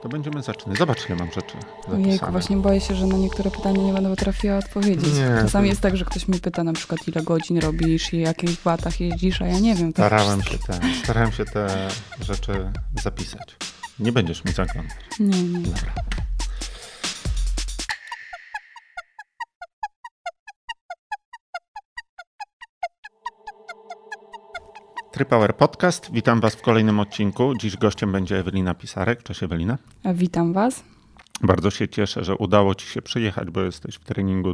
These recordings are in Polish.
To będziemy zaczynać. Zobacz, ile mam rzeczy zapisane. Ojejku, właśnie boję się, że na niektóre pytania nie będę potrafiła odpowiedzieć. Nie, Czasami jest tak, że ktoś mnie pyta na przykład, ile godzin robisz i jakich watach jeździsz, a ja nie wiem. Starałem się te rzeczy zapisać. Nie będziesz mi zaglądać. Nie. Dobra. Trypower Podcast. Witam Was w kolejnym odcinku. Dziś gościem będzie Ewelina Pisarek. Cześć, Ewelina. Witam Was. Bardzo się cieszę, że udało Ci się przyjechać, bo jesteś w treningu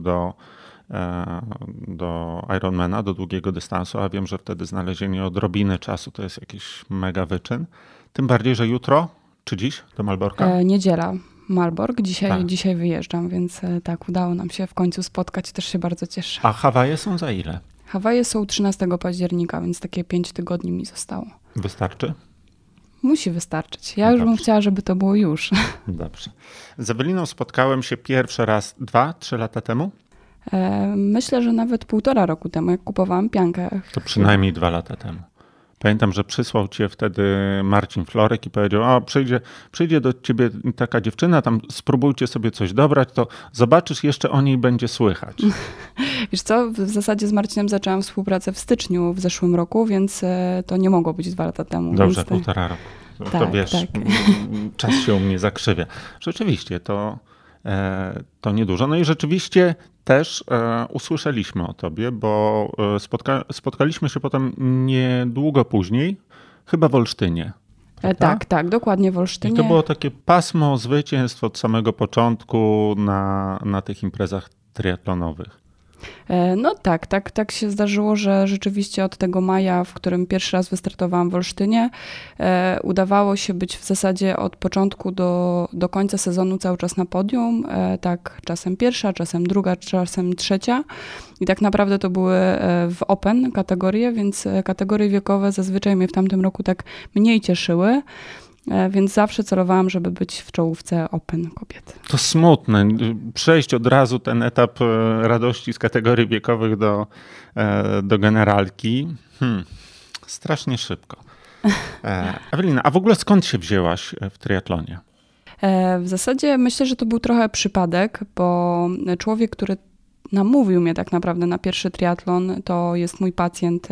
do Ironmana, do długiego dystansu, a wiem, że wtedy znalezienie odrobiny czasu to jest jakiś mega wyczyn. Tym bardziej, że jutro, czy dziś, do Malborka? Niedziela, Malbork. Dzisiaj wyjeżdżam, więc tak, udało nam się w końcu spotkać. Też się bardzo cieszę. A Hawaje są za ile? Hawaje są 13 października, więc takie 5 tygodni mi zostało. Wystarczy? Musi wystarczyć. Ja już bym chciała, żeby to było już. Dobrze. Z Eweliną spotkałem się pierwszy raz 2-3 lata temu? Myślę, że nawet 1,5 roku temu, jak kupowałam piankę. To przynajmniej 2 lata temu. Pamiętam, że przysłał cię wtedy Marcin Florek i powiedział, przyjdzie do ciebie taka dziewczyna, tam spróbujcie sobie coś dobrać, to zobaczysz, jeszcze o niej będzie słychać. Wiesz co, w zasadzie z Marcinem zaczęłam współpracę w styczniu w zeszłym roku, więc to nie mogło być 2 lata temu. Dobrze, 1,5 roku. To wiesz, tak. Czas się u mnie zakrzywia. Rzeczywiście, to niedużo. No i rzeczywiście też usłyszeliśmy o tobie, bo spotkaliśmy się potem niedługo później, chyba w Olsztynie. Tak, dokładnie w Olsztynie. I to było takie pasmo zwycięstw od samego początku na tych imprezach triatlonowych. No tak się zdarzyło, że rzeczywiście od tego maja, w którym pierwszy raz wystartowałam w Olsztynie, udawało się być w zasadzie od początku do końca sezonu cały czas na podium. Tak, czasem pierwsza, czasem druga, czasem trzecia. I tak naprawdę to były w open kategorie, więc kategorie wiekowe zazwyczaj mnie w tamtym roku tak mniej cieszyły. Więc zawsze celowałam, żeby być w czołówce Open kobiet. To smutne. Przejść od razu ten etap radości z kategorii wiekowych do generalki. Strasznie szybko. Ewelina, a w ogóle skąd się wzięłaś w triatlonie? W zasadzie myślę, że to był trochę przypadek, bo człowiek, który namówił mnie tak naprawdę na pierwszy triatlon, to jest mój pacjent,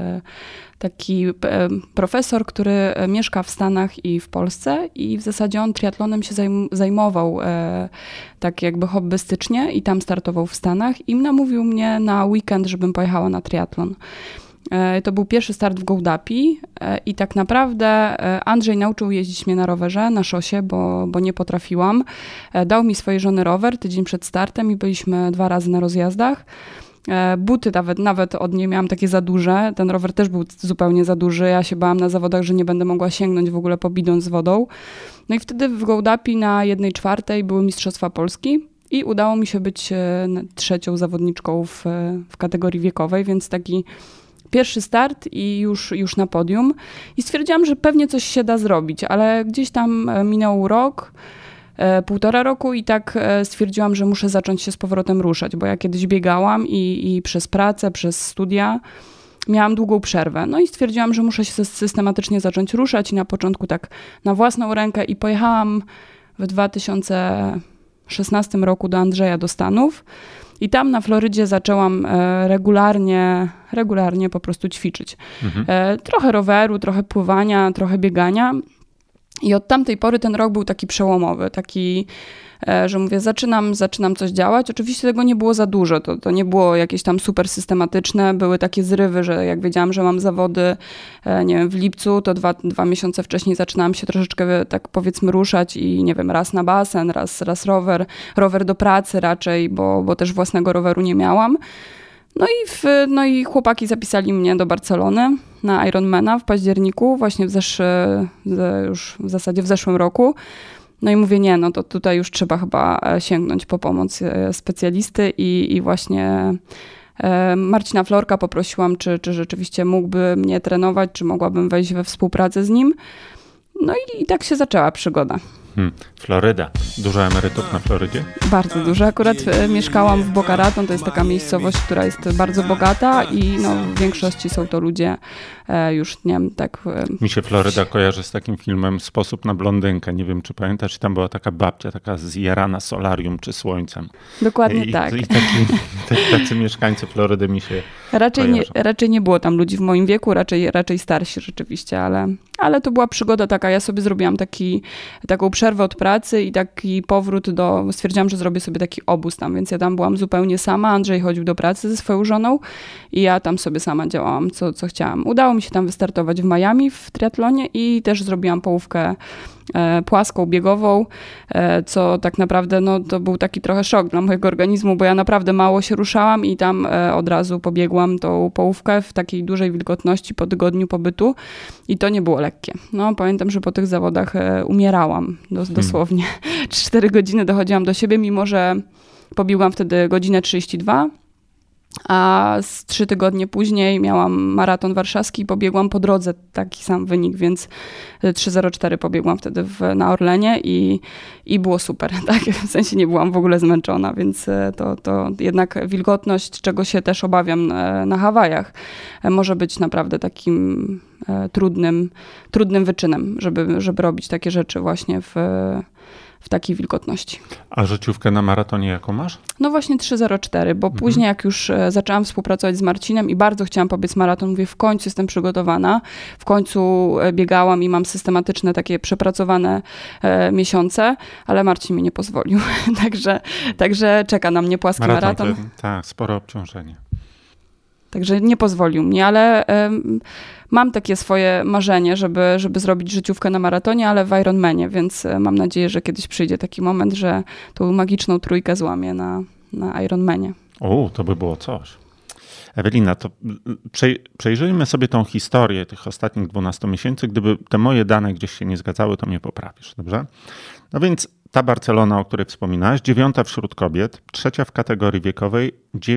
taki profesor, który mieszka w Stanach i w Polsce i w zasadzie on triatlonem się zajmował tak jakby hobbystycznie i tam startował w Stanach i namówił mnie na weekend, żebym pojechała na triatlon. To był pierwszy start w Gołdapi i tak naprawdę Andrzej nauczył jeździć mnie na rowerze, na szosie, bo nie potrafiłam. Dał mi swojej żony rower tydzień przed startem i byliśmy 2 razy na rozjazdach. Buty nawet od niej miałam takie za duże. Ten rower też był zupełnie za duży. Ja się bałam na zawodach, że nie będę mogła sięgnąć w ogóle po bidon z wodą. No i wtedy w Gołdapi na 1/4 były Mistrzostwa Polski. I udało mi się być 3. zawodniczką w kategorii wiekowej, więc taki pierwszy start i już na podium. I stwierdziłam, że pewnie coś się da zrobić, ale gdzieś tam minął rok, 1,5 roku i tak stwierdziłam, że muszę zacząć się z powrotem ruszać, bo ja kiedyś biegałam i przez pracę, przez studia miałam długą przerwę. No i stwierdziłam, że muszę się systematycznie zacząć ruszać i na początku tak na własną rękę i pojechałam w 2016 roku do Andrzeja do Stanów. I tam na Florydzie zaczęłam regularnie po prostu ćwiczyć. Trochę roweru, trochę pływania, trochę biegania. I od tamtej pory ten rok był taki przełomowy, taki, że mówię, zaczynam coś działać. Oczywiście tego nie było za dużo, to nie było jakieś tam super systematyczne. Były takie zrywy, że jak wiedziałam, że mam zawody, nie wiem, w lipcu, to 2 miesiące wcześniej zaczynałam się troszeczkę tak powiedzmy ruszać i nie wiem, raz na basen, raz rower do pracy raczej, bo też własnego roweru nie miałam. No i chłopaki zapisali mnie do Barcelony na Ironmana w październiku, właśnie już w zasadzie w zeszłym roku. No i mówię, nie, no to tutaj już trzeba chyba sięgnąć po pomoc specjalisty i właśnie Marcina Florka poprosiłam, czy rzeczywiście mógłby mnie trenować, czy mogłabym wejść we współpracę z nim. No i tak się zaczęła przygoda. Floryda. Dużo emerytów na Florydzie? Bardzo dużo. Akurat mieszkałam w Boca Raton, to jest taka miejscowość, która jest bardzo bogata i w większości są to ludzie już, nie wiem, tak... Mi się Floryda kojarzy z takim filmem Sposób na blondynkę. Nie wiem, czy pamiętasz, tam była taka babcia, taka zjarana solarium czy słońcem. Dokładnie tak. I tacy mieszkańcy Florydy mi się raczej nie było tam ludzi w moim wieku, raczej starsi rzeczywiście, ale to była przygoda taka. Ja sobie zrobiłam taką przerwę od pracy i taki powrót stwierdziłam, że zrobię sobie taki obóz tam, więc ja tam byłam zupełnie sama. Andrzej chodził do pracy ze swoją żoną i ja tam sobie sama działałam, co chciałam. Udało mi się tam wystartować w Miami w triatlonie i też zrobiłam połówkę płaską, biegową, co tak naprawdę to był taki trochę szok dla mojego organizmu, bo ja naprawdę mało się ruszałam i tam od razu pobiegłam tą połówkę w takiej dużej wilgotności po tygodniu pobytu i to nie było lekkie. Pamiętam, że po tych zawodach umierałam dosłownie. 4 godziny dochodziłam do siebie, mimo że pobiegłam wtedy godzinę 32, a z 3 tygodnie później miałam maraton warszawski i pobiegłam po drodze taki sam wynik, więc 3:04 pobiegłam wtedy na Orlenie i było super, tak? W sensie nie byłam w ogóle zmęczona, więc to jednak wilgotność, czego się też obawiam na Hawajach, może być naprawdę takim trudnym wyczynem, żeby robić takie rzeczy właśnie w takiej wilgotności. A życiówkę na maratonie jaką masz? No właśnie 3:04, bo później jak już zaczęłam współpracować z Marcinem i bardzo chciałam pobiec maraton, mówię, w końcu jestem przygotowana, w końcu biegałam i mam systematyczne takie przepracowane miesiące, ale Marcin mi nie pozwolił. Także czeka na mnie płaski maraton. Tak, spore obciążenie. Także nie pozwolił mi, ale mam takie swoje marzenie, żeby zrobić życiówkę na maratonie, ale w Ironmanie, więc mam nadzieję, że kiedyś przyjdzie taki moment, że tą magiczną trójkę złamię na Ironmanie. To by było coś. Ewelina, to przejrzyjmy sobie tą historię tych ostatnich 12 miesięcy. Gdyby te moje dane gdzieś się nie zgadzały, to mnie poprawisz, dobrze? No więc ta Barcelona, o której wspominałaś, 9. wśród kobiet, 3. w kategorii wiekowej,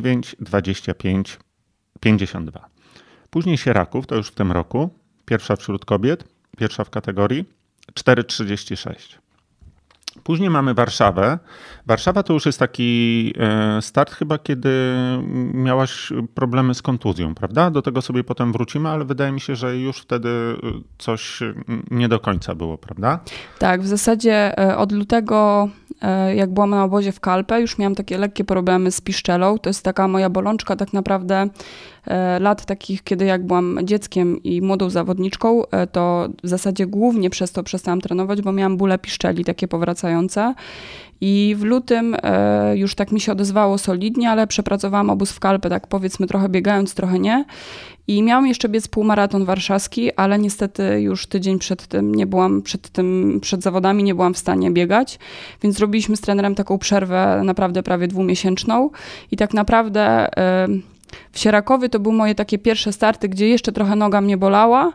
9,25, 52. Później Sieraków, to już w tym roku, 1. wśród kobiet, 1. w kategorii, 4,36. Później mamy Warszawę. Warszawa to już jest taki start chyba, kiedy miałaś problemy z kontuzją, prawda? Do tego sobie potem wrócimy, ale wydaje mi się, że już wtedy coś nie do końca było, prawda? Tak, w zasadzie od lutego, jak byłam na obozie w Calpe, już miałam takie lekkie problemy z piszczelą. To jest taka moja bolączka tak naprawdę lat takich, kiedy jak byłam dzieckiem i młodą zawodniczką, to w zasadzie głównie przez to przestałam trenować, bo miałam bóle piszczeli takie powracające. I w lutym już tak mi się odezwało solidnie, ale przepracowałam obóz w Calpe, tak powiedzmy trochę biegając, trochę nie. I miałam jeszcze biec półmaraton warszawski, ale niestety już tydzień przed tym nie byłam, przed zawodami nie byłam w stanie biegać, więc zrobiliśmy z trenerem taką przerwę naprawdę prawie 2-miesięczną i tak naprawdę w Sierakowie to były moje takie pierwsze starty, gdzie jeszcze trochę noga mnie bolała,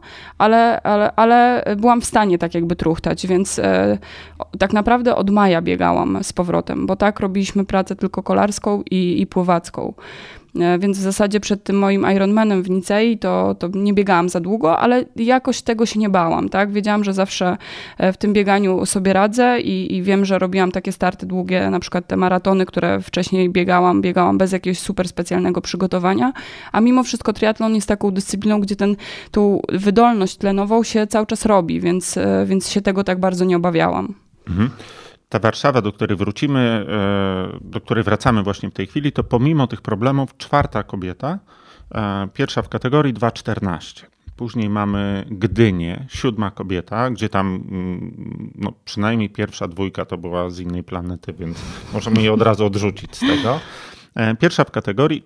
ale byłam w stanie tak jakby truchtać, więc tak naprawdę od maja biegałam z powrotem, bo tak robiliśmy pracę tylko kolarską i pływacką. Więc w zasadzie przed tym moim Ironmanem w Nicei to nie biegałam za długo, ale jakoś tego się nie bałam, tak? Wiedziałam, że zawsze w tym bieganiu sobie radzę i wiem, że robiłam takie starty długie, na przykład te maratony, które wcześniej biegałam bez jakiegoś super specjalnego przygotowania, a mimo wszystko triatlon jest taką dyscypliną, gdzie tą wydolność tlenową się cały czas robi, więc się tego tak bardzo nie obawiałam. Mhm. Ta Warszawa, do której wrócimy, do której wracamy właśnie w tej chwili, to pomimo tych problemów 4. kobieta, 1. w kategorii 2,14. Później mamy Gdynię, 7. kobieta, gdzie tam przynajmniej pierwsza 2 to była z innej planety, więc możemy je od razu odrzucić z tego. 1. w kategorii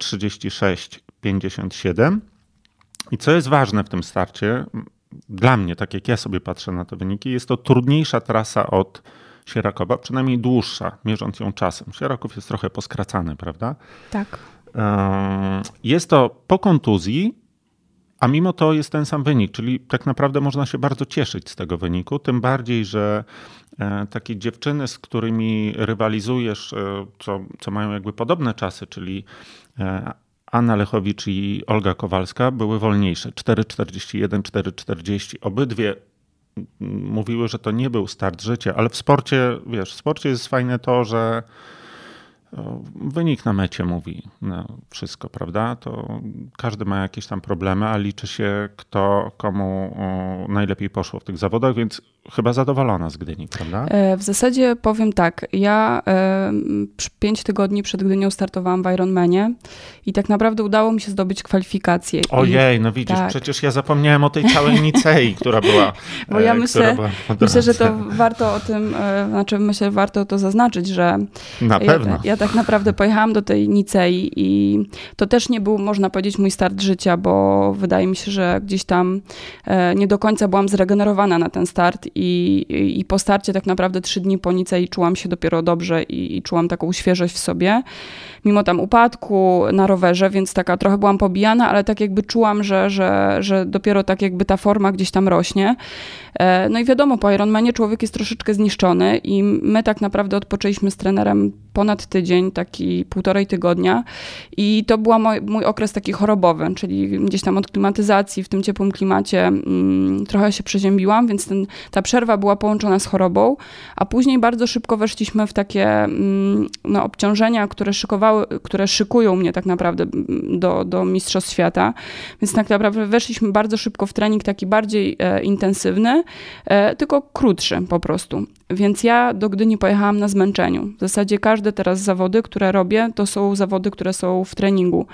4,36,57. I co jest ważne w tym starcie, dla mnie, tak jak ja sobie patrzę na te wyniki, jest to trudniejsza trasa od Sierakowa, przynajmniej dłuższa, mierząc ją czasem. Sieraków jest trochę poskracany, prawda? Tak. Jest to po kontuzji, a mimo to jest ten sam wynik, czyli tak naprawdę można się bardzo cieszyć z tego wyniku, tym bardziej, że takie dziewczyny, z którymi rywalizujesz, co mają jakby podobne czasy, czyli Anna Lechowicz i Olga Kowalska były wolniejsze. 4,41, 4,40. Obydwie mówiły, że to nie był start życia, ale w sporcie, wiesz, w sporcie jest fajne to, że wynik na mecie mówi wszystko, prawda? To każdy ma jakieś tam problemy, a liczy się komu najlepiej poszło w tych zawodach, więc chyba zadowolona z Gdyni, prawda? W zasadzie powiem tak, ja 5 tygodni przed Gdynią startowałam w Ironmanie i tak naprawdę udało mi się zdobyć kwalifikacje. Ojej, no widzisz, tak. Przecież ja zapomniałem o tej całej Nicei, która była. Bo ja myślę, że to warto o tym, myślę, warto to zaznaczyć, że na pewno. Ja tak naprawdę pojechałam do tej Nicei i to też nie był, można powiedzieć, mój start życia, bo wydaje mi się, że gdzieś tam nie do końca byłam zregenerowana na ten start i po starcie tak naprawdę 3 dni po Nicei czułam się dopiero dobrze i czułam taką świeżość w sobie. Mimo tam upadku na rowerze, więc taka trochę byłam pobijana, ale tak jakby czułam, że dopiero tak jakby ta forma gdzieś tam rośnie. No i wiadomo, po Ironmanie człowiek jest troszeczkę zniszczony i my tak naprawdę odpoczęliśmy z trenerem ponad tydzień, taki 1,5 tygodnia i to był mój okres taki chorobowy, czyli gdzieś tam od klimatyzacji w tym ciepłym klimacie trochę się przeziębiłam, więc ta przerwa była połączona z chorobą, a później bardzo szybko weszliśmy w takie obciążenia, które szykują mnie tak naprawdę do Mistrzostw Świata, więc tak naprawdę weszliśmy bardzo szybko w trening taki bardziej intensywny, tylko krótszy po prostu. Więc ja do Gdyni pojechałam na zmęczeniu. W zasadzie każde teraz zawody, które robię, to są zawody, które są w treningu.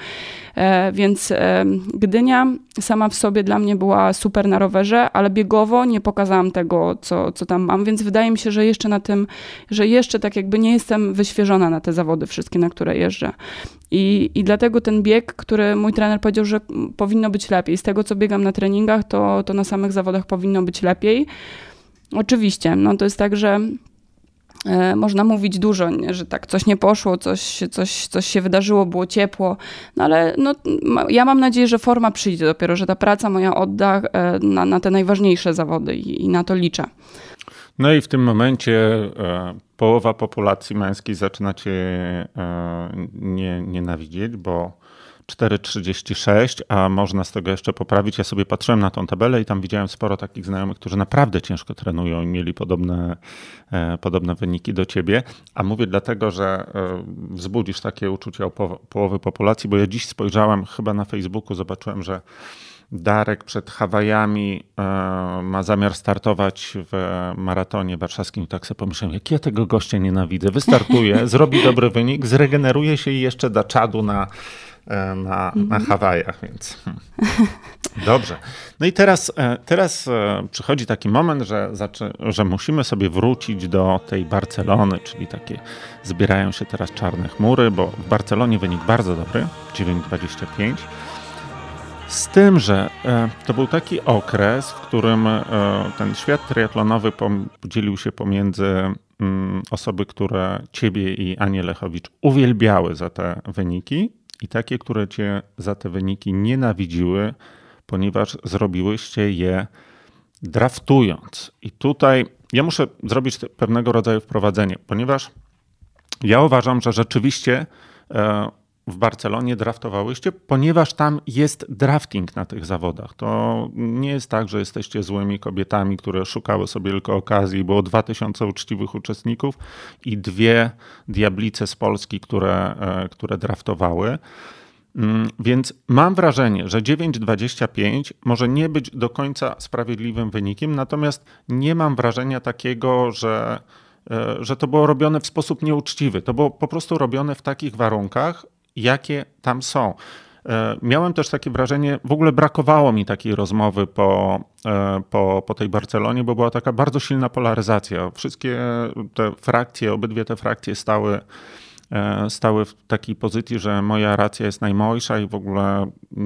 Więc Gdynia sama w sobie dla mnie była super na rowerze, ale biegowo nie pokazałam tego, co tam mam, więc wydaje mi się, że jeszcze tak jakby nie jestem wyświeżona na te zawody wszystkie, na które jeżdżę. I dlatego ten bieg, który mój trener powiedział, że powinno być lepiej. Z tego, co biegam na treningach, to na samych zawodach powinno być lepiej. Oczywiście, to jest tak, że można mówić dużo, nie? Że tak coś nie poszło, coś się wydarzyło, było ciepło, ale ja mam nadzieję, że forma przyjdzie dopiero, że ta praca moja odda na te najważniejsze zawody i na to liczę. No i w tym momencie połowa populacji męskiej zaczyna cię nienawidzieć, bo 4,36, a można z tego jeszcze poprawić. Ja sobie patrzyłem na tą tabelę i tam widziałem sporo takich znajomych, którzy naprawdę ciężko trenują i mieli podobne wyniki do ciebie. A mówię dlatego, że wzbudzisz takie uczucia u połowy populacji, bo ja dziś spojrzałem chyba na Facebooku, zobaczyłem, że Darek przed Hawajami ma zamiar startować w maratonie warszawskim. Tak sobie pomyślałem, jak ja tego gościa nienawidzę. Wystartuje, zrobi dobry wynik, zregeneruje się i jeszcze da czadu na Hawajach, więc dobrze. No i teraz przychodzi taki moment, że musimy sobie wrócić do tej Barcelony, czyli takie zbierają się teraz czarne chmury, bo w Barcelonie wynik bardzo dobry, 9,25. Z tym, że to był taki okres, w którym ten świat triatlonowy podzielił się pomiędzy osoby, które ciebie i Anię Lechowicz uwielbiały za te wyniki i takie, które cię za te wyniki nienawidziły, ponieważ zrobiłyście je draftując. I tutaj ja muszę zrobić pewnego rodzaju wprowadzenie, ponieważ ja uważam, że rzeczywiście w Barcelonie draftowałyście, ponieważ tam jest drafting na tych zawodach. To nie jest tak, że jesteście złymi kobietami, które szukały sobie tylko okazji. Było 2000 uczciwych uczestników i 2 diablice z Polski, które draftowały. Więc mam wrażenie, że 9,25 może nie być do końca sprawiedliwym wynikiem, natomiast nie mam wrażenia takiego, że to było robione w sposób nieuczciwy. To było po prostu robione w takich warunkach, jakie tam są. Miałem też takie wrażenie, w ogóle brakowało mi takiej rozmowy po tej Barcelonie, bo była taka bardzo silna polaryzacja. Wszystkie te frakcje, obydwie te frakcje stały w takiej pozycji, że moja racja jest najmojsza i w ogóle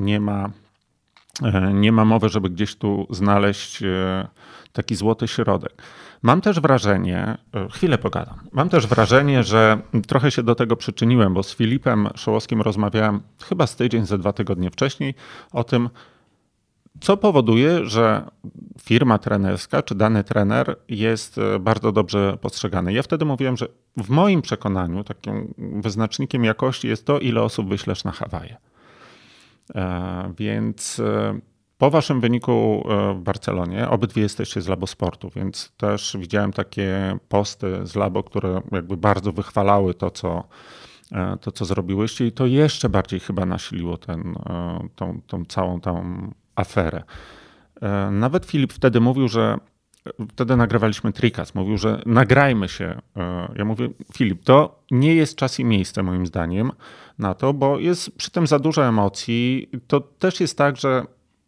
nie ma mowy, żeby gdzieś tu znaleźć taki złoty środek. Mam też wrażenie, chwilę pogadam, mam też wrażenie, że trochę się do tego przyczyniłem, bo z Filipem Szołowskim rozmawiałem chyba z tydzień, ze 2 tygodnie wcześniej o tym, co powoduje, że firma trenerska czy dany trener jest bardzo dobrze postrzegany. Ja wtedy mówiłem, że w moim przekonaniu takim wyznacznikiem jakości jest to, ile osób wyślesz na Hawaje. Więc Po waszym wyniku w Barcelonie obydwie jesteście z Labosportu, więc też widziałem takie posty z Labo, które jakby bardzo wychwalały to, co zrobiłyście i to jeszcze bardziej chyba nasiliło tą całą aferę. Nawet Filip wtedy mówił, że wtedy nagrywaliśmy Tricast, mówił, że nagrajmy się. Ja mówię, Filip, to nie jest czas i miejsce moim zdaniem na to, bo jest przy tym za dużo emocji. To też jest tak, że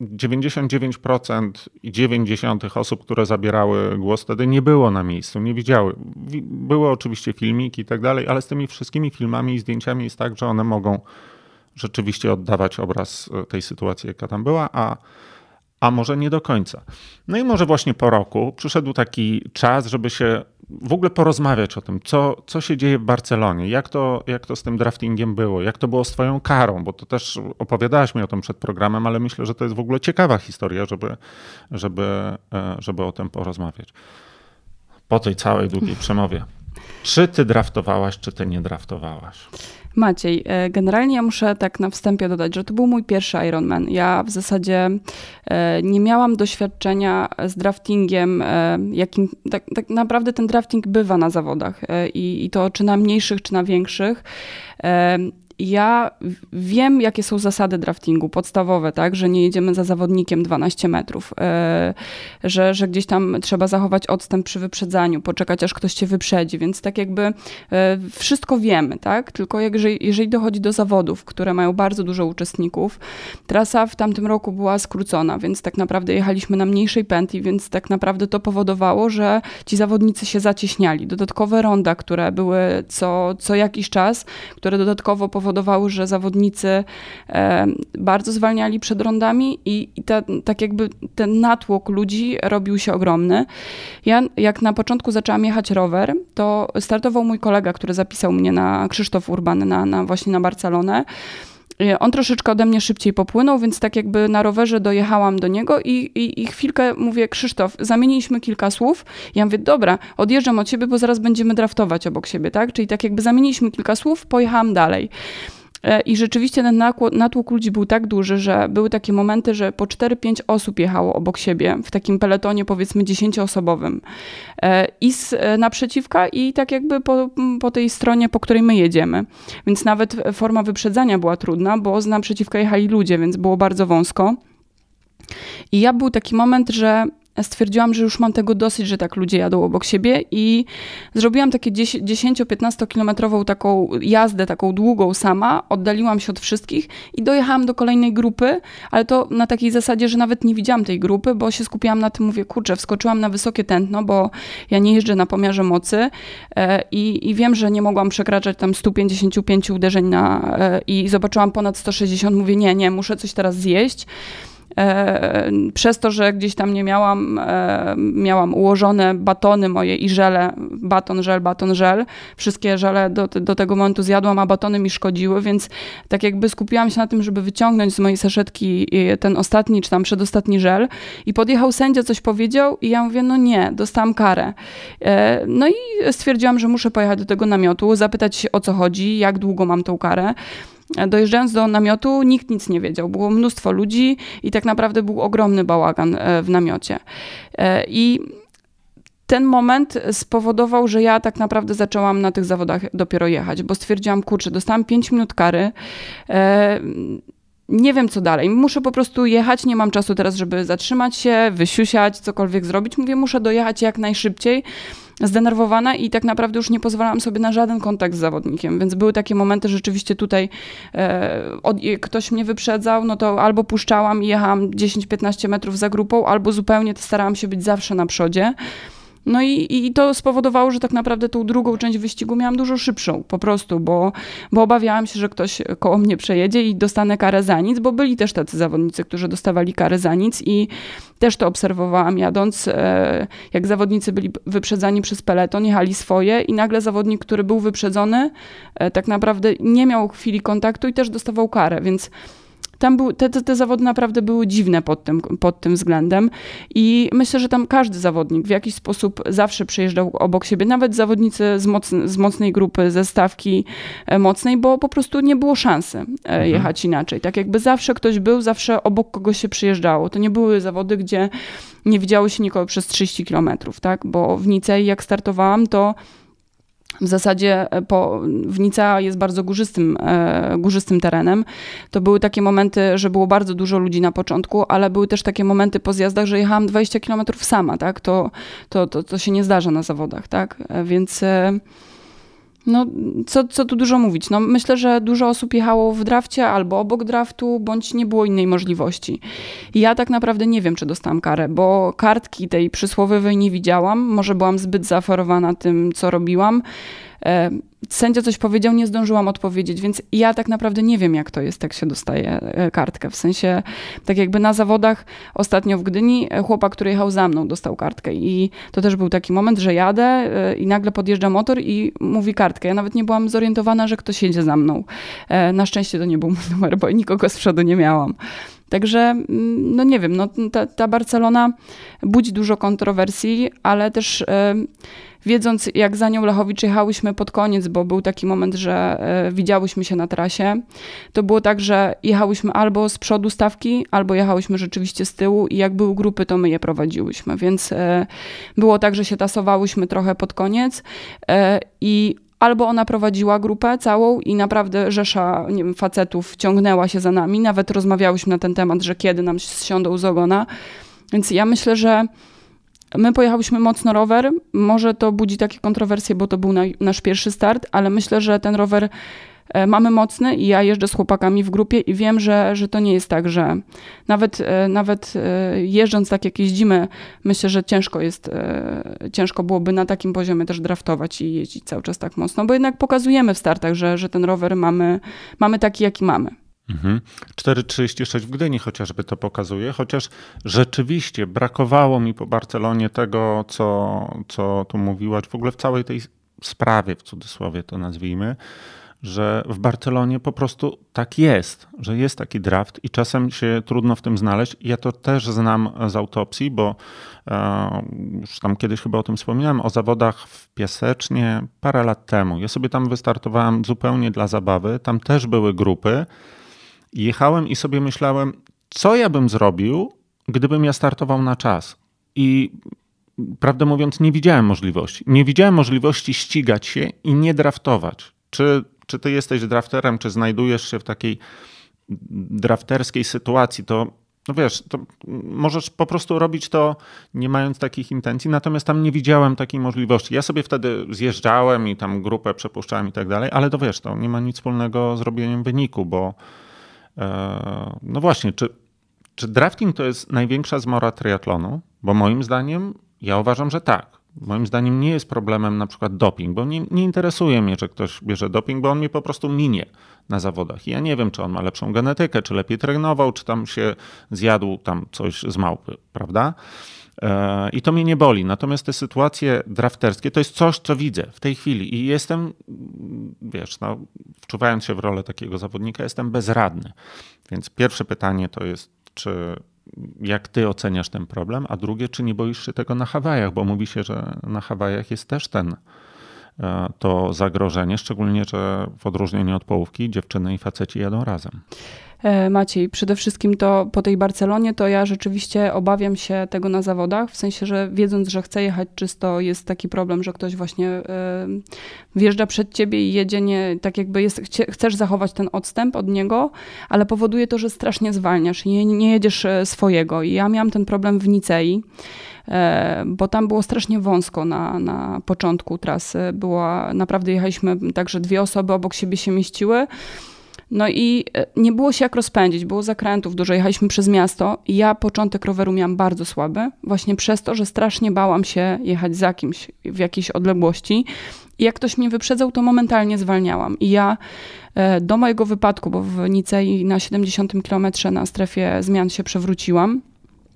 99,9% osób, które zabierały głos wtedy nie było na miejscu, nie widziały. Były oczywiście filmiki i tak dalej, ale z tymi wszystkimi filmami i zdjęciami jest tak, że one mogą rzeczywiście oddawać obraz tej sytuacji, jaka tam była, a może nie do końca. No i może właśnie po roku przyszedł taki czas, żeby się w ogóle porozmawiać o tym, co się dzieje w Barcelonie, jak to z tym draftingiem było, jak to było z twoją karą, bo to też opowiadałaś mi o tym przed programem, ale myślę, że to jest w ogóle ciekawa historia, żeby o tym porozmawiać. Po tej całej długiej przemowie. Czy ty draftowałaś, czy ty nie draftowałaś? Maciej, generalnie ja muszę tak na wstępie dodać, że to był mój pierwszy Ironman. Ja w zasadzie nie miałam doświadczenia z draftingiem, jakim tak naprawdę ten drafting bywa na zawodach i to czy na mniejszych, czy na większych. Ja wiem, jakie są zasady draftingu podstawowe, tak, że nie jedziemy za zawodnikiem 12 metrów, że gdzieś tam trzeba zachować odstęp przy wyprzedzaniu, poczekać, aż ktoś cię wyprzedzi, więc tak jakby wszystko wiemy, tak, tylko jeżeli dochodzi do zawodów, które mają bardzo dużo uczestników, trasa w tamtym roku była skrócona, więc tak naprawdę jechaliśmy na mniejszej pętli, więc tak naprawdę to powodowało, że ci zawodnicy się zacieśniali. Dodatkowe ronda, które były co jakiś czas, które dodatkowo powodowały, że zawodnicy bardzo zwalniali przed rondami i tak jakby ten natłok ludzi robił się ogromny. Ja jak na początku zaczęłam jechać rower, to startował mój kolega, który zapisał mnie na Krzysztof Urban, właśnie na Barcelonę. On troszeczkę ode mnie szybciej popłynął, więc tak jakby na rowerze dojechałam do niego i chwilkę mówię, Krzysztof, zamieniliśmy kilka słów. Ja mówię, dobra, odjeżdżam od siebie, bo zaraz będziemy draftować obok siebie, tak? Czyli tak jakby zamieniliśmy kilka słów, pojechałam dalej. I rzeczywiście ten natłok ludzi był tak duży, że były takie momenty, że po 4-5 osób jechało obok siebie w takim peletonie powiedzmy 10-osobowym i z naprzeciwka i tak jakby po tej stronie, po której my jedziemy. Więc nawet forma wyprzedzania była trudna, bo z naprzeciwka jechali ludzie, więc było bardzo wąsko. I był taki moment, że stwierdziłam, że już mam tego dosyć, że tak ludzie jadą obok siebie i zrobiłam takie 10-15 kilometrową taką jazdę, taką długą sama, oddaliłam się od wszystkich i dojechałam do kolejnej grupy, ale to na takiej zasadzie, że nawet nie widziałam tej grupy, bo się skupiłam na tym, mówię, kurczę, wskoczyłam na wysokie tętno, bo ja nie jeżdżę na pomiarze mocy i wiem, że nie mogłam przekraczać tam 155 uderzeń i zobaczyłam ponad 160, mówię, nie, muszę coś teraz zjeść. Przez to, że gdzieś tam nie miałam ułożone batony moje i żele, baton, żel. Wszystkie żele do tego momentu zjadłam, a batony mi szkodziły, więc tak jakby skupiłam się na tym, żeby wyciągnąć z mojej saszetki ten ostatni, czy tam przedostatni żel i podjechał sędzia, coś powiedział i ja mówię, no nie, dostałam karę. No i stwierdziłam, że muszę pojechać do tego namiotu, zapytać się, o co chodzi, jak długo mam tą karę. Dojeżdżając do namiotu, nikt nic nie wiedział. Było mnóstwo ludzi i tak naprawdę był ogromny bałagan w namiocie. I ten moment spowodował, że ja tak naprawdę zaczęłam na tych zawodach dopiero jechać, bo stwierdziłam, kurczę, dostałam 5 minut kary, nie wiem co dalej, muszę po prostu jechać, nie mam czasu teraz, żeby zatrzymać się, wysiusiać, cokolwiek zrobić. Mówię, muszę dojechać jak najszybciej, zdenerwowana i tak naprawdę już nie pozwalałam sobie na żaden kontakt z zawodnikiem, więc były takie momenty, że rzeczywiście tutaj ktoś mnie wyprzedzał, no to albo puszczałam i jechałam 10-15 metrów za grupą, albo zupełnie starałam się być zawsze na przodzie. No i to spowodowało, że tak naprawdę tą drugą część wyścigu miałam dużo szybszą po prostu, bo obawiałam się, że ktoś koło mnie przejedzie i dostanę karę za nic, bo byli też tacy zawodnicy, którzy dostawali karę za nic i też to obserwowałam jadąc, jak zawodnicy byli wyprzedzani przez peleton, jechali swoje i nagle zawodnik, który był wyprzedzony, tak naprawdę nie miał chwili kontaktu i też dostawał karę, więc te zawody naprawdę były dziwne pod tym względem i myślę, że tam każdy zawodnik w jakiś sposób zawsze przejeżdżał obok siebie, nawet zawodnicy z mocnej grupy, ze stawki mocnej, bo po prostu nie było szansy jechać inaczej. Tak jakby zawsze ktoś był, zawsze obok kogoś się przyjeżdżało. To nie były zawody, gdzie nie widziało się nikogo przez 30 kilometrów, tak? Bo w Nicei jak startowałam, to w zasadzie Nica jest bardzo górzystym terenem. To były takie momenty, że było bardzo dużo ludzi na początku, ale były też takie momenty po zjazdach, że jechałam 20 kilometrów sama, tak? To się nie zdarza na zawodach, tak? Więc no, co tu dużo mówić? No, myślę, że dużo osób jechało w drafcie albo obok draftu, bądź nie było innej możliwości. Ja tak naprawdę nie wiem, czy dostałam karę, bo kartki tej przysłowiowej nie widziałam. Może byłam zbyt zaaferowana tym, co robiłam. Sędzia coś powiedział, nie zdążyłam odpowiedzieć, więc ja tak naprawdę nie wiem, jak to jest, jak się dostaje kartkę. W sensie, tak jakby na zawodach ostatnio w Gdyni chłopak, który jechał za mną, dostał kartkę i to też był taki moment, że jadę i nagle podjeżdża motor i mówi kartkę. Ja nawet nie byłam zorientowana, że ktoś jedzie za mną. Na szczęście to nie był mój numer, bo nikogo z przodu nie miałam. Także, no nie wiem, no ta Barcelona budzi dużo kontrowersji, ale też wiedząc, jak za nią Lechowicz jechałyśmy pod koniec, bo był taki moment, że widziałyśmy się na trasie, to było tak, że jechałyśmy albo z przodu stawki, albo jechałyśmy rzeczywiście z tyłu i jak były grupy, to my je prowadziłyśmy, więc było tak, że się tasowałyśmy trochę pod koniec i albo ona prowadziła grupę całą i naprawdę rzesza, nie wiem, facetów ciągnęła się za nami. Nawet rozmawiałyśmy na ten temat, że kiedy nam zsiądą z ogona. Więc ja myślę, że my pojechałyśmy mocno rower. Może to budzi takie kontrowersje, bo to był nasz pierwszy start, ale myślę, że ten rower mamy mocny i ja jeżdżę z chłopakami w grupie i wiem, że to nie jest tak, że nawet jeżdżąc tak jak jeździmy, myślę, że ciężko byłoby na takim poziomie też draftować i jeździć cały czas tak mocno, bo jednak pokazujemy w startach, że ten rower mamy taki, jaki mamy. 4,36 w Gdyni chociażby to pokazuje, chociaż rzeczywiście brakowało mi po Barcelonie tego, co tu mówiłaś, w ogóle w całej tej sprawie, w cudzysłowie to nazwijmy, że w Barcelonie po prostu tak jest, że jest taki draft i czasem się trudno w tym znaleźć. Ja to też znam z autopsji, bo już tam kiedyś chyba o tym wspominałem, o zawodach w Piasecznie parę lat temu. Ja sobie tam wystartowałem zupełnie dla zabawy, tam też były grupy. Jechałem i sobie myślałem, co ja bym zrobił, gdybym ja startował na czas. I prawdę mówiąc, nie widziałem możliwości. Nie widziałem możliwości ścigać się i nie draftować. Czy ty jesteś drafterem, czy znajdujesz się w takiej drafterskiej sytuacji, to no wiesz, to możesz po prostu robić to nie mając takich intencji, natomiast tam nie widziałem takiej możliwości. Ja sobie wtedy zjeżdżałem i tam grupę przepuszczałem i tak dalej, ale to wiesz, to nie ma nic wspólnego z robieniem wyniku, bo no właśnie, czy drafting to jest największa zmora triatlonu? Bo moim zdaniem, ja uważam, że tak. Moim zdaniem nie jest problemem na przykład doping, bo nie interesuje mnie, że ktoś bierze doping, bo on mnie po prostu minie na zawodach. I ja nie wiem, czy on ma lepszą genetykę, czy lepiej trenował, czy tam się zjadł tam coś z małpy, prawda? I to mnie nie boli. Natomiast te sytuacje drafterskie to jest coś, co widzę w tej chwili i jestem, wiesz, no, wczuwając się w rolę takiego zawodnika, jestem bezradny. Więc pierwsze pytanie to jest, jak ty oceniasz ten problem, a drugie, czy nie boisz się tego na Hawajach, bo mówi się, że na Hawajach jest też to zagrożenie, szczególnie, że w odróżnieniu od połówki dziewczyny i faceci jadą razem. Maciej, przede wszystkim to po tej Barcelonie to ja rzeczywiście obawiam się tego na zawodach, w sensie, że wiedząc, że chcę jechać czysto, jest taki problem, że ktoś właśnie wjeżdża przed ciebie i jedzie nie, tak jakby chcesz zachować ten odstęp od niego, ale powoduje to, że strasznie zwalniasz i nie jedziesz swojego. I ja miałam ten problem w Nicei, bo tam było strasznie wąsko na początku trasy. Naprawdę jechaliśmy tak, że 2 osoby obok siebie się mieściły. No i nie było się jak rozpędzić, było zakrętów dużo, jechaliśmy przez miasto i ja początek roweru miałam bardzo słaby, właśnie przez to, że strasznie bałam się jechać za kimś w jakiejś odległości i jak ktoś mnie wyprzedzał, to momentalnie zwalniałam. I ja do mojego wypadku, bo w Nicei na 70 kilometrze na strefie zmian się przewróciłam,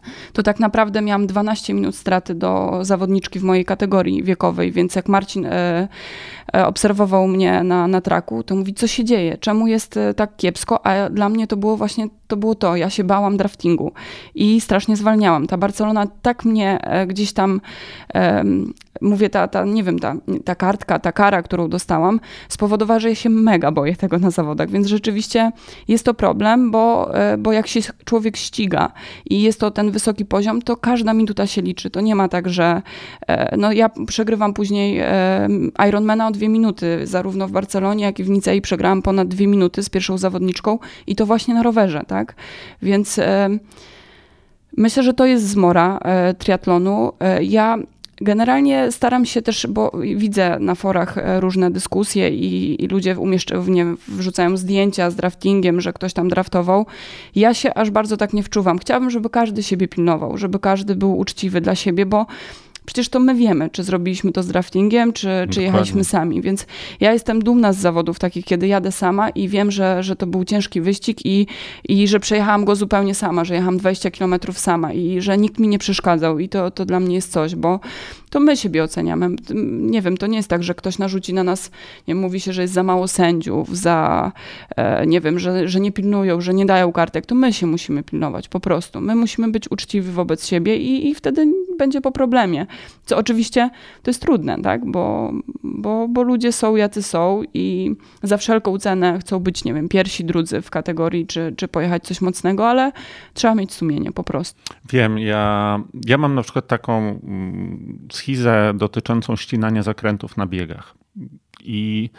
to tak naprawdę miałam 12 minut straty do zawodniczki w mojej kategorii wiekowej, więc jak Marcin obserwował mnie na traku, to mówi, co się dzieje, czemu jest tak kiepsko, a dla mnie to było właśnie to, ja się bałam draftingu i strasznie zwalniałam. Ta Barcelona tak mnie gdzieś tam, mówię, nie wiem, ta kartka, ta kara, którą dostałam, spowodowała, że ja się mega boję tego na zawodach, więc rzeczywiście jest to problem, bo jak się człowiek ściga i jest to ten wysoki poziom, to każda minuta się liczy. To nie ma tak, że no ja przegrywam później Ironmana o 2 minuty, zarówno w Barcelonie, jak i w Nicei przegrałam ponad 2 minuty z pierwszą zawodniczką i to właśnie na rowerze, tak? Więc myślę, że to jest zmora triatlonu. Ja generalnie staram się też, bo widzę na forach różne dyskusje i ludzie wrzucają zdjęcia z draftingiem, że ktoś tam draftował. Ja się aż bardzo tak nie wczuwam. Chciałabym, żeby każdy siebie pilnował, żeby każdy był uczciwy dla siebie, bo przecież to my wiemy, czy zrobiliśmy to z draftingiem, czy jechaliśmy sami. Więc ja jestem dumna z zawodów takich, kiedy jadę sama i wiem, że to był ciężki wyścig i że przejechałam go zupełnie sama, że jechałam 20 kilometrów sama i że nikt mi nie przeszkadzał. I to dla mnie jest coś, bo to my siebie oceniamy. Nie wiem, to nie jest tak, że ktoś narzuci na nas, nie mówi się, że jest za mało sędziów, nie wiem, że nie pilnują, że nie dają kartek. To my się musimy pilnować, po prostu. My musimy być uczciwi wobec siebie i wtedy będzie po problemie. Co oczywiście to jest trudne, tak? Bo ludzie są jacy są i za wszelką cenę chcą być, nie wiem, pierwsi, drudzy w kategorii, czy pojechać coś mocnego, ale trzeba mieć sumienie po prostu. Wiem, ja mam na przykład taką schizę dotyczącą ścinania zakrętów na biegach. I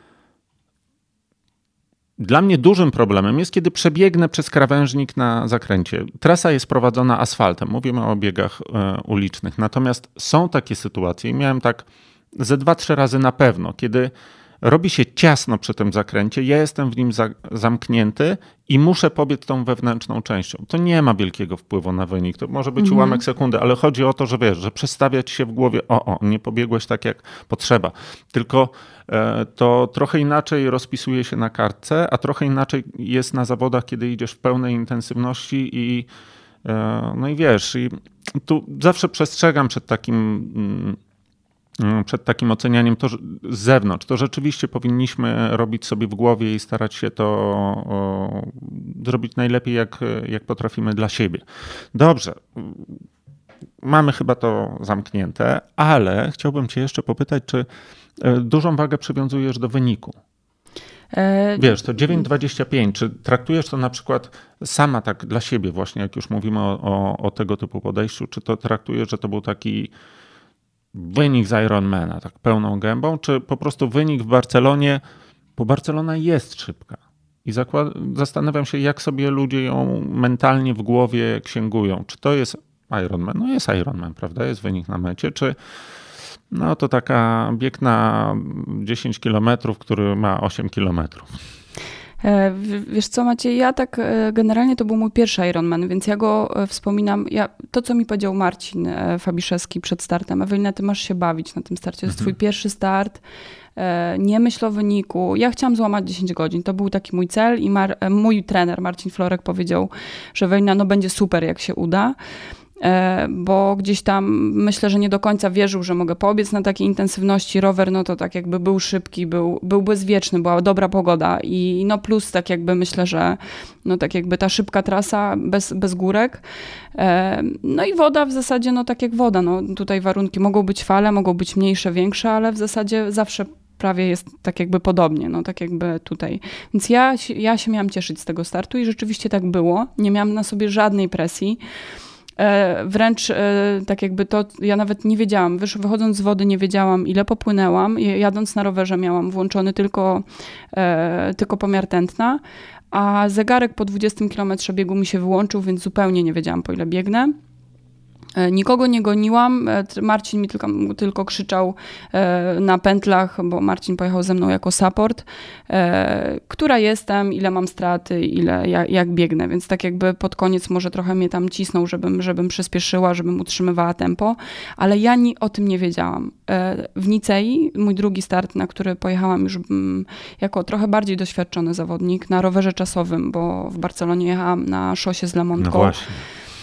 dla mnie dużym problemem jest, kiedy przebiegnę przez krawężnik na zakręcie. Trasa jest prowadzona asfaltem, mówimy o biegach ulicznych. Natomiast są takie sytuacje i miałem tak ze 2-3 razy na pewno, kiedy robi się ciasno przy tym zakręcie, ja jestem w nim zamknięty i muszę pobiec tą wewnętrzną częścią. To nie ma wielkiego wpływu na wynik, to może być ułamek sekundy, ale chodzi o to, że wiesz, że przestawiać się w głowie, nie pobiegłeś tak jak potrzeba. Tylko to trochę inaczej rozpisuje się na kartce, a trochę inaczej jest na zawodach, kiedy idziesz w pełnej intensywności i no i wiesz, i tu zawsze przestrzegam przed takim ocenianiem to z zewnątrz. To rzeczywiście powinniśmy robić sobie w głowie i starać się to zrobić najlepiej, jak potrafimy dla siebie. Dobrze, mamy chyba to zamknięte, ale chciałbym cię jeszcze popytać, czy dużą wagę przywiązujesz do wyniku? Wiesz, to 9,25, czy traktujesz to na przykład sama tak dla siebie właśnie, jak już mówimy o tego typu podejściu, czy to traktujesz, że to był taki wynik z Ironmana, tak pełną gębą, czy po prostu wynik w Barcelonie, bo Barcelona jest szybka i zastanawiam się, jak sobie ludzie ją mentalnie w głowie księgują. Czy to jest Ironman? No jest Ironman, prawda? Jest wynik na mecie, czy no to taka bieg na 10 kilometrów, który ma 8 kilometrów. Wiesz co, Maciej, ja tak generalnie to był mój pierwszy Ironman, więc ja go wspominam, to co mi powiedział Marcin Fabiszewski przed startem, Ewelina, ty masz się bawić na tym starcie, to jest twój pierwszy start, nie myśl o wyniku, ja chciałam złamać 10 godzin, to był taki mój cel i mój trener Marcin Florek powiedział, że Ewelina, no będzie super jak się uda, bo gdzieś tam myślę, że nie do końca wierzył, że mogę pobiec na takiej intensywności. Rower, no to tak jakby był szybki, był bezwieczny, była dobra pogoda i no plus tak jakby myślę, że no tak jakby ta szybka trasa bez górek. No i woda w zasadzie, no tak jak woda, no tutaj warunki mogą być fale, mogą być mniejsze, większe, ale w zasadzie zawsze prawie jest tak jakby podobnie, no tak jakby tutaj. Więc ja się miałam cieszyć z tego startu i rzeczywiście tak było. Nie miałam na sobie żadnej presji. Wręcz tak jakby to, ja nawet nie wiedziałam, wychodząc z wody nie wiedziałam, ile popłynęłam. Jadąc na rowerze miałam włączony tylko pomiar tętna, a zegarek po 20 kilometrze biegu mi się wyłączył, więc zupełnie nie wiedziałam, po ile biegnę. Nikogo nie goniłam, Marcin mi tylko krzyczał na pętlach, bo Marcin pojechał ze mną jako support, która jestem, ile mam straty, jak biegnę, więc tak jakby pod koniec może trochę mnie tam cisnął, żebym przyspieszyła, żebym utrzymywała tempo, ale ja o tym nie wiedziałam. W Nicei, mój drugi start, na który pojechałam już jako trochę bardziej doświadczony zawodnik, na rowerze czasowym, bo w Barcelonie jechałam na szosie z Lamontką. No właśnie.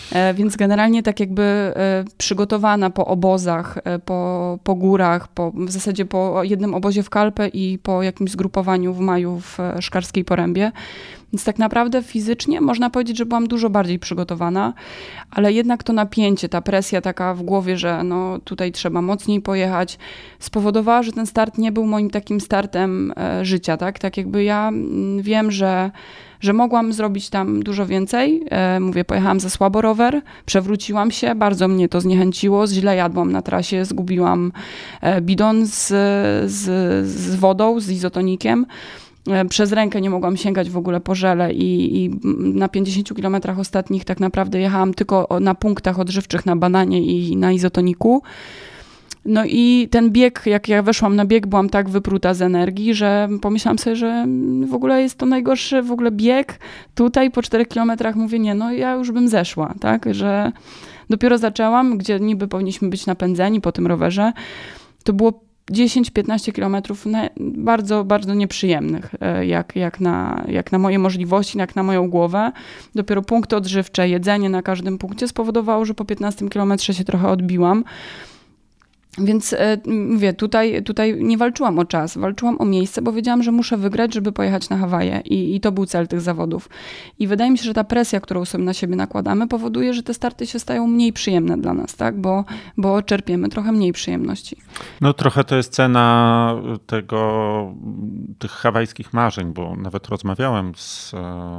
Więc generalnie tak jakby przygotowana po obozach, po górach, w zasadzie po jednym obozie w Kalpę i po jakimś zgrupowaniu w maju w Szkarskiej Porębie. Więc tak naprawdę fizycznie można powiedzieć, że byłam dużo bardziej przygotowana, ale jednak to napięcie, ta presja taka w głowie, że no tutaj trzeba mocniej pojechać, spowodowała, że ten start nie był moim takim startem życia, tak? Tak jakby ja wiem, że mogłam zrobić tam dużo więcej. Mówię, pojechałam za słabo rower, przewróciłam się, bardzo mnie to zniechęciło, źle jadłam na trasie, zgubiłam bidon z wodą, z izotonikiem. Przez rękę nie mogłam sięgać w ogóle po żele i na 50 kilometrach ostatnich tak naprawdę jechałam tylko na punktach odżywczych, na bananie i na izotoniku. No i ten bieg, jak ja weszłam na bieg, byłam tak wypruta z energii, że pomyślałam sobie, że w ogóle jest to najgorszy w ogóle bieg. Tutaj po 4 kilometrach mówię, nie, no ja już bym zeszła, tak, że dopiero zaczęłam, gdzie niby powinniśmy być napędzeni po tym rowerze. To było 10-15 kilometrów bardzo, bardzo nieprzyjemnych, jak na moje możliwości, jak na moją głowę. Dopiero punkty odżywcze, jedzenie na każdym punkcie spowodowało, że po 15 kilometrze się trochę odbiłam. Więc mówię, tutaj nie walczyłam o czas, walczyłam o miejsce, bo wiedziałam, że muszę wygrać, żeby pojechać na Hawaje i to był cel tych zawodów. I wydaje mi się, że ta presja, którą sobie na siebie nakładamy, powoduje, że te starty się stają mniej przyjemne dla nas, tak? Bo czerpiemy trochę mniej przyjemności. No trochę to jest cena tych hawajskich marzeń, bo nawet rozmawiałem z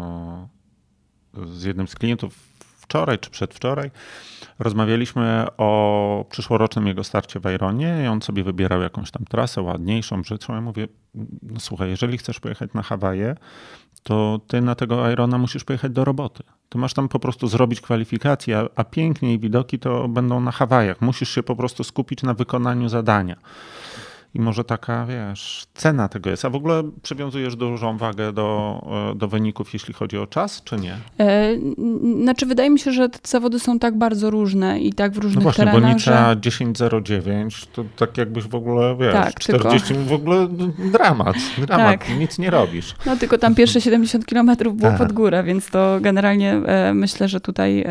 jednym z klientów wczoraj czy przedwczoraj. Rozmawialiśmy o przyszłorocznym jego starcie w Ironie i on sobie wybierał jakąś tam trasę ładniejszą, brzydszą. Ja mówię, no słuchaj, jeżeli chcesz pojechać na Hawaje, to ty na tego Irona musisz pojechać do roboty. Ty masz tam po prostu zrobić kwalifikacje, a pięknie i widoki to będą na Hawajach. Musisz się po prostu skupić na wykonaniu zadania. I może taka, wiesz, cena tego jest. A w ogóle przywiązujesz dużą wagę do wyników, jeśli chodzi o czas, czy nie? Znaczy, wydaje mi się, że te zawody są tak bardzo różne i tak w różnych terenach, No właśnie, bo Nica 10.09 to tak jakbyś w ogóle, wiesz, tak, 40 w ogóle dramat, tak. Nic nie robisz. No tylko tam pierwsze 70 kilometrów było pod górę, więc to generalnie myślę, że tutaj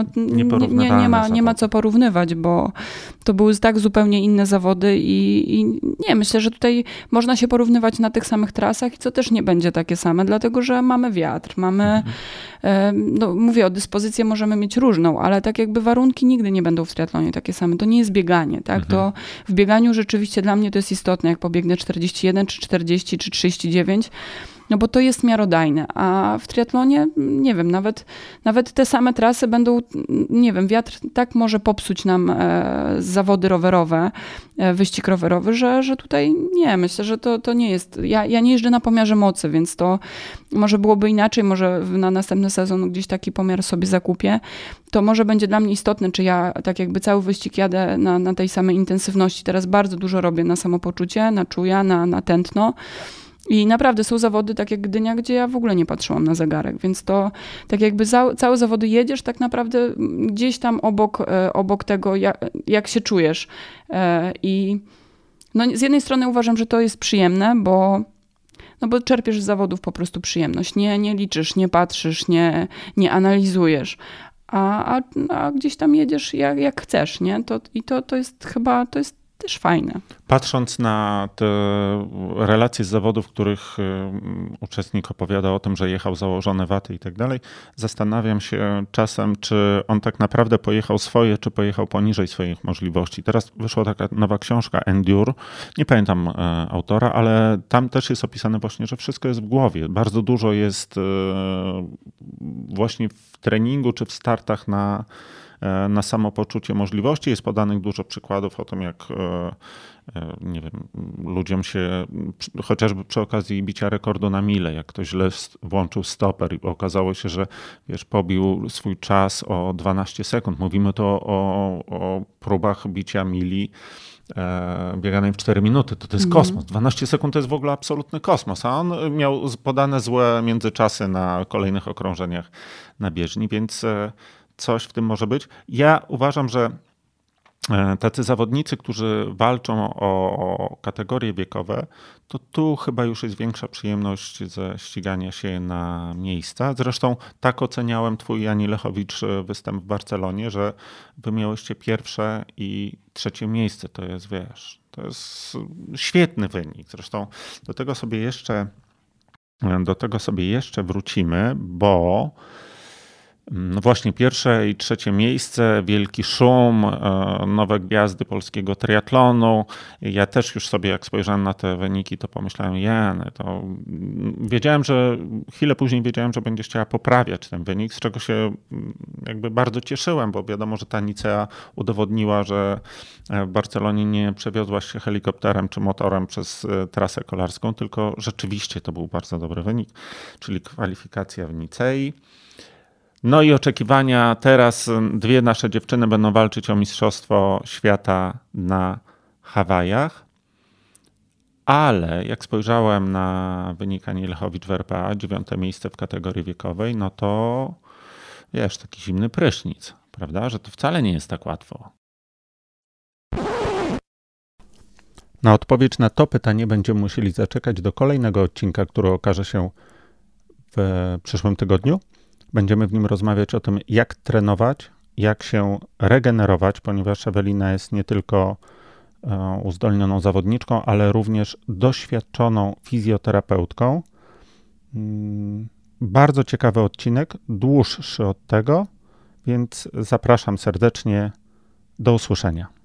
nie ma co porównywać, bo to były tak zupełnie inne zawody i nie, myślę, że tutaj można się porównywać na tych samych trasach i co też nie będzie takie same, dlatego że mamy wiatr, no mówię, o dyspozycję możemy mieć różną, ale tak jakby warunki nigdy nie będą w triatlonie takie same. To nie jest bieganie, tak? To w bieganiu rzeczywiście dla mnie to jest istotne, jak pobiegnę 41, czy 40, czy 39, no bo to jest miarodajne, a w triatlonie, nie wiem, nawet te same trasy będą, nie wiem, wiatr tak może popsuć nam zawody rowerowe, wyścig rowerowy, że tutaj nie, myślę, że to nie jest, ja nie jeżdżę na pomiarze mocy, więc to może byłoby inaczej, może na następny sezon gdzieś taki pomiar sobie zakupię, to może będzie dla mnie istotne, czy ja tak jakby cały wyścig jadę na tej samej intensywności. Teraz bardzo dużo robię na samopoczucie, na czuja, na tętno. I naprawdę są zawody, tak jak Gdynia, gdzie ja w ogóle nie patrzyłam na zegarek, więc to tak jakby całe zawody jedziesz tak naprawdę gdzieś tam obok tego, jak się czujesz. I no, z jednej strony uważam, że to jest przyjemne, bo czerpiesz z zawodów po prostu przyjemność. Nie liczysz, nie patrzysz, nie analizujesz. A gdzieś tam jedziesz jak chcesz, nie? To jest chyba, to jest też fajne. Patrząc na te relacje z zawodów, w których uczestnik opowiada o tym, że jechał założone waty i tak dalej, zastanawiam się czasem, czy on tak naprawdę pojechał swoje, czy pojechał poniżej swoich możliwości. Teraz wyszła taka nowa książka Endure, nie pamiętam autora, ale tam też jest opisane właśnie, że wszystko jest w głowie. Bardzo dużo jest właśnie w treningu, czy w startach na samopoczucie możliwości. Jest podanych dużo przykładów o tym, jak nie wiem, ludziom się, chociażby przy okazji bicia rekordu na milę, jak ktoś źle włączył stoper i okazało się, że wiesz, pobił swój czas o 12 sekund. Mówimy to o próbach bicia mili bieganej w 4 minuty. To jest kosmos. 12 sekund to jest w ogóle absolutny kosmos, a on miał podane złe międzyczasy na kolejnych okrążeniach na bieżni, więc coś w tym może być. Ja uważam, że tacy zawodnicy, którzy walczą o kategorie wiekowe, to tu chyba już jest większa przyjemność ze ścigania się na miejsca. Zresztą tak oceniałem twój, Ani Lechowicz, występ w Barcelonie, że wy miałyście pierwsze i trzecie miejsce. To jest, wiesz, to jest świetny wynik. Zresztą do tego sobie jeszcze wrócimy, bo no właśnie pierwsze i trzecie miejsce, wielki szum, nowe gwiazdy polskiego triatlonu. Ja też już sobie, jak spojrzałem na te wyniki, to pomyślałem, to wiedziałem, że chwilę później wiedziałem, że będziesz chciała poprawiać ten wynik, z czego się jakby bardzo cieszyłem, bo wiadomo, że ta Nicea udowodniła, że w Barcelonie nie przewiozłaś się helikopterem czy motorem przez trasę kolarską, tylko rzeczywiście to był bardzo dobry wynik, czyli kwalifikacja w Nicei. No i oczekiwania. Teraz dwie nasze dziewczyny będą walczyć o Mistrzostwo Świata na Hawajach. Ale jak spojrzałem na wynik Ani Lechowicz w RPA, 9. miejsce w kategorii wiekowej, no to wiesz, taki zimny prysznic, prawda? Że to wcale nie jest tak łatwo. Na odpowiedź na to pytanie będziemy musieli zaczekać do kolejnego odcinka, który okaże się w przyszłym tygodniu. Będziemy w nim rozmawiać o tym, jak trenować, jak się regenerować, ponieważ Ewelina jest nie tylko uzdolnioną zawodniczką, ale również doświadczoną fizjoterapeutką. Bardzo ciekawy odcinek, dłuższy od tego, więc zapraszam serdecznie. Do usłyszenia.